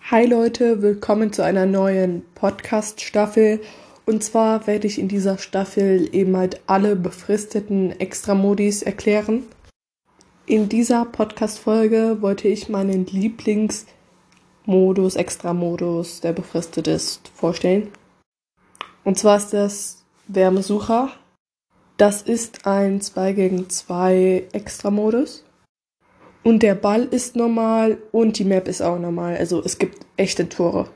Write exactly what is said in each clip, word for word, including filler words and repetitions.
Hi Leute, willkommen zu einer neuen Podcast-Staffel. Und zwar werde ich in dieser Staffel eben halt alle befristeten Extra-Modis erklären. In dieser Podcast-Folge wollte ich meinen Lieblingsmodus, Extra-Modus, der befristet ist, vorstellen. Und zwar ist das Wärmesucher. Das ist ein zwei gegen zwei Extra-Modus. Und der Ball ist normal und die Map ist auch normal. Also es gibt echte Tore.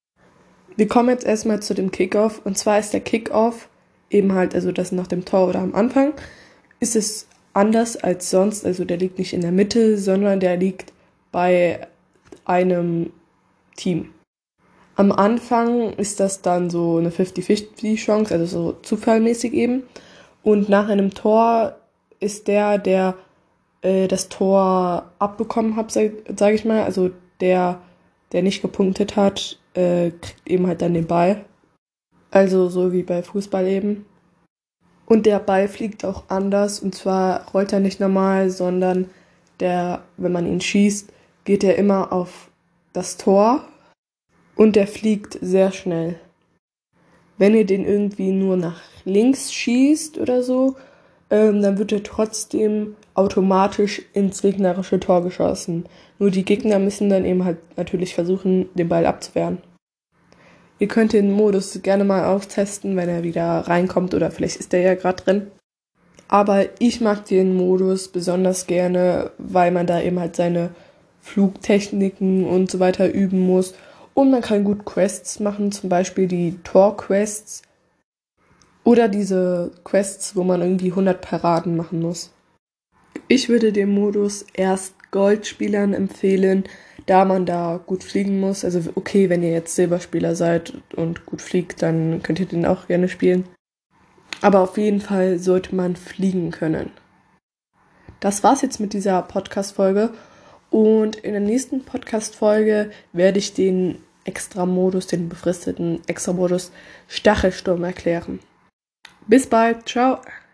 Wir kommen jetzt erstmal zu dem Kickoff. Und zwar ist der Kickoff eben halt, also das nach dem Tor oder am Anfang, ist es anders als sonst. Also der liegt nicht in der Mitte, sondern der liegt bei einem Team. Am Anfang ist das dann so eine fünfzig fünfzig Chance, also so zufallmäßig eben. Und nach einem Tor ist der, der das Tor abbekommen habe, sage sag ich mal, also der, der nicht gepunktet hat, äh, kriegt eben halt dann den Ball. Also so wie bei Fußball eben. Und der Ball fliegt auch anders, und zwar rollt er nicht normal, sondern der, wenn man ihn schießt, geht er immer auf das Tor und der fliegt sehr schnell. Wenn ihr den irgendwie nur nach links schießt oder so, ähm, dann wird er trotzdem automatisch ins gegnerische Tor geschossen. Nur die Gegner müssen dann eben halt natürlich versuchen, den Ball abzuwehren. Ihr könnt den Modus gerne mal austesten, wenn er wieder reinkommt, oder vielleicht ist er ja gerade drin. Aber ich mag den Modus besonders gerne, weil man da eben halt seine Flugtechniken und so weiter üben muss. Und man kann gut Quests machen, zum Beispiel die Tor-Quests. Oder diese Quests, wo man irgendwie hundert Paraden machen muss. Ich würde den Modus erst Goldspielern empfehlen, da man da gut fliegen muss. Also okay, wenn ihr jetzt Silberspieler seid und gut fliegt, dann könnt ihr den auch gerne spielen. Aber auf jeden Fall sollte man fliegen können. Das war's jetzt mit dieser Podcast-Folge. Und in der nächsten Podcast-Folge werde ich den Extra-Modus, den befristeten Extra-Modus Stachelsturm erklären. Bis bald, ciao!